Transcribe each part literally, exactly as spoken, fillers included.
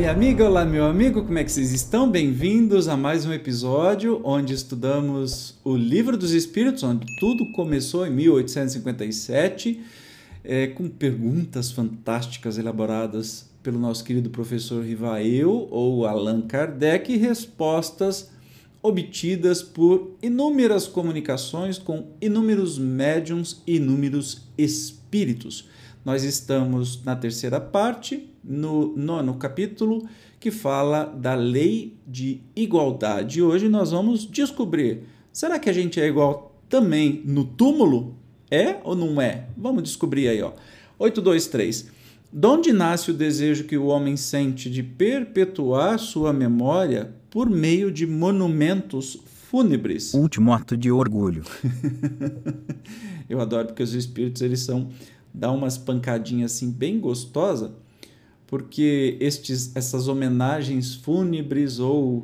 minha amiga, olá, meu amigo, como é que vocês estão? Bem-vindos a mais um episódio onde estudamos o Livro dos Espíritos, onde tudo começou em mil oitocentos e cinquenta e sete, é, com perguntas fantásticas elaboradas pelo nosso querido professor Rivael, ou Allan Kardec, e respostas obtidas por inúmeras comunicações com inúmeros médiuns e inúmeros espíritos. Nós estamos na terceira parte, no nono capítulo, que fala da lei de igualdade. E hoje nós vamos descobrir, será que a gente é igual também no túmulo? É ou não é? Vamos descobrir aí, ó. oito, dois, três. De onde nasce o desejo que o homem sente de perpetuar sua memória por meio de monumentos fúnebres? Último ato de orgulho. Eu adoro porque os espíritos, eles são... dá umas pancadinhas assim bem gostosa, porque estes, essas homenagens fúnebres ou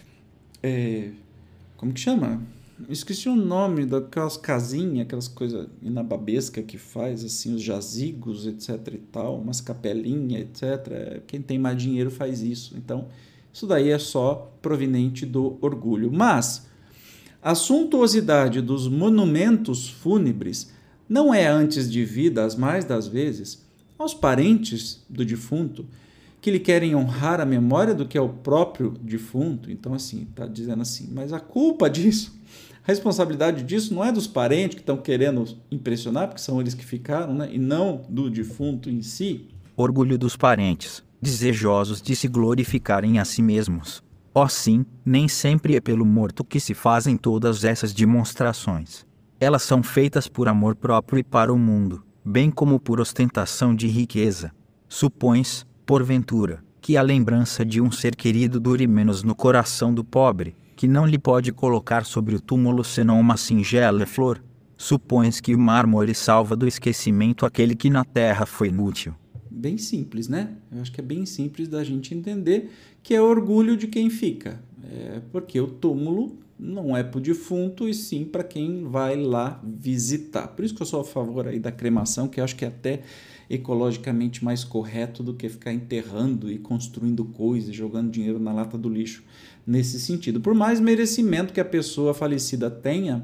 é, como que chama? Esqueci o nome daquelas casinhas, aquelas coisas inababescas que faz, assim, os jazigos, etc e tal, umas capelinhas, etcétera. Quem tem mais dinheiro faz isso. Então, isso daí é só proveniente do orgulho. Mas a suntuosidade dos monumentos fúnebres não é antes de vida, as mais das vezes, aos parentes do defunto, que lhe querem honrar a memória do que é o próprio defunto. Então, assim, está dizendo assim, mas a culpa disso, a responsabilidade disso não é dos parentes que estão querendo impressionar, porque são eles que ficaram, né? E não do defunto em si. Orgulho dos parentes, desejosos de se glorificarem a si mesmos. Ó sim, nem sempre é pelo morto que se fazem todas essas demonstrações. Elas são feitas por amor próprio e para o mundo, bem como por ostentação de riqueza. Supões, porventura, que a lembrança de um ser querido dure menos no coração do pobre, que não lhe pode colocar sobre o túmulo senão uma singela flor? Supões que o mármore salva do esquecimento aquele que na terra foi inútil? Bem simples, né? Eu acho que é bem simples da gente entender que é orgulho de quem fica. É porque o túmulo não é para o defunto, e sim para quem vai lá visitar. Por isso que eu sou a favor aí da cremação, que eu acho que é até ecologicamente mais correto do que ficar enterrando e construindo coisas, jogando dinheiro na lata do lixo nesse sentido. Por mais merecimento que a pessoa falecida tenha,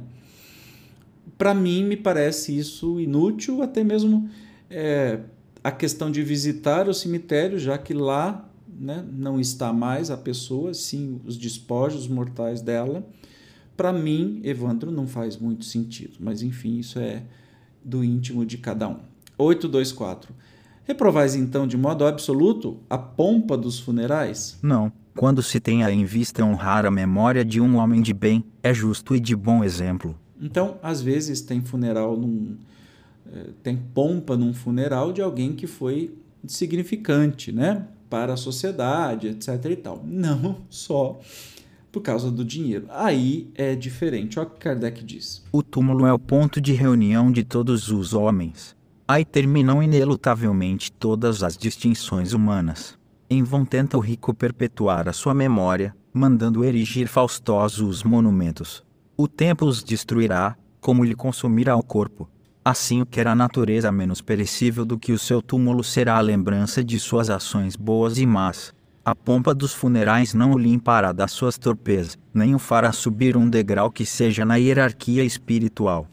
para mim me parece isso inútil, até mesmo é, a questão de visitar o cemitério, já que lá, né, não está mais a pessoa, sim os despojos mortais dela. Para mim, Evandro, não faz muito sentido, mas enfim, isso é do íntimo de cada um. oito, dois, quatro. Reprovais então de modo absoluto a pompa dos funerais? Não, quando se tenha em vista honrar a memória de um homem de bem, é justo e de bom exemplo. Então, às vezes tem funeral, num, tem pompa num funeral de alguém que foi significante, né, para a sociedade, etc e tal. Não só por causa do dinheiro. Aí é diferente. Olha o que Kardec diz. O túmulo é o ponto de reunião de todos os homens. Aí terminam inelutavelmente todas as distinções humanas. Em vão tenta o rico perpetuar a sua memória, mandando erigir faustosos monumentos. O tempo os destruirá, como lhe consumirá o corpo. Assim o quer a natureza menos perecível do que o seu túmulo será a lembrança de suas ações boas e más. A pompa dos funerais não o limpará das suas torpezas, nem o fará subir um degrau que seja na hierarquia espiritual.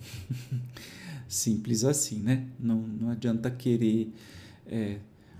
Simples assim, né? Não, não adianta querer é,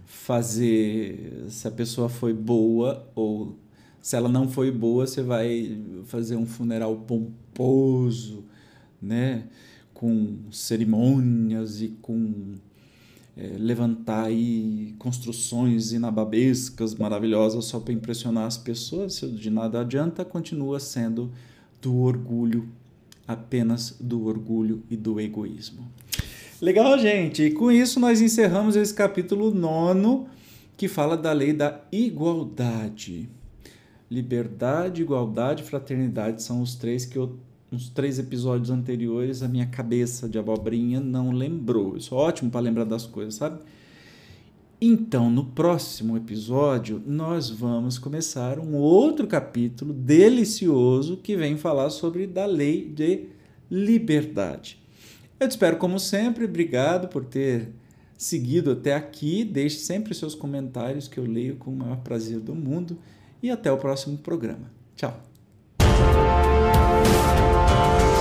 fazer, se a pessoa foi boa ou se ela não foi boa, você vai fazer um funeral pomposo, né? Com cerimônias e com... É, levantar aí construções inababescas, maravilhosas, só para impressionar as pessoas, se de nada adianta, continua sendo do orgulho, apenas do orgulho e do egoísmo. Legal, gente? E com isso nós encerramos esse capítulo nono, que fala da lei da igualdade. Liberdade, igualdade, fraternidade são os três que eu nos três episódios anteriores, a minha cabeça de abobrinha não lembrou. Eu sou ótimo para lembrar das coisas, sabe? Então, no próximo episódio, nós vamos começar um outro capítulo delicioso que vem falar sobre da lei de liberdade. Eu te espero como sempre. Obrigado por ter seguido até aqui. Deixe sempre seus comentários que eu leio com o maior prazer do mundo. E até o próximo programa. Tchau!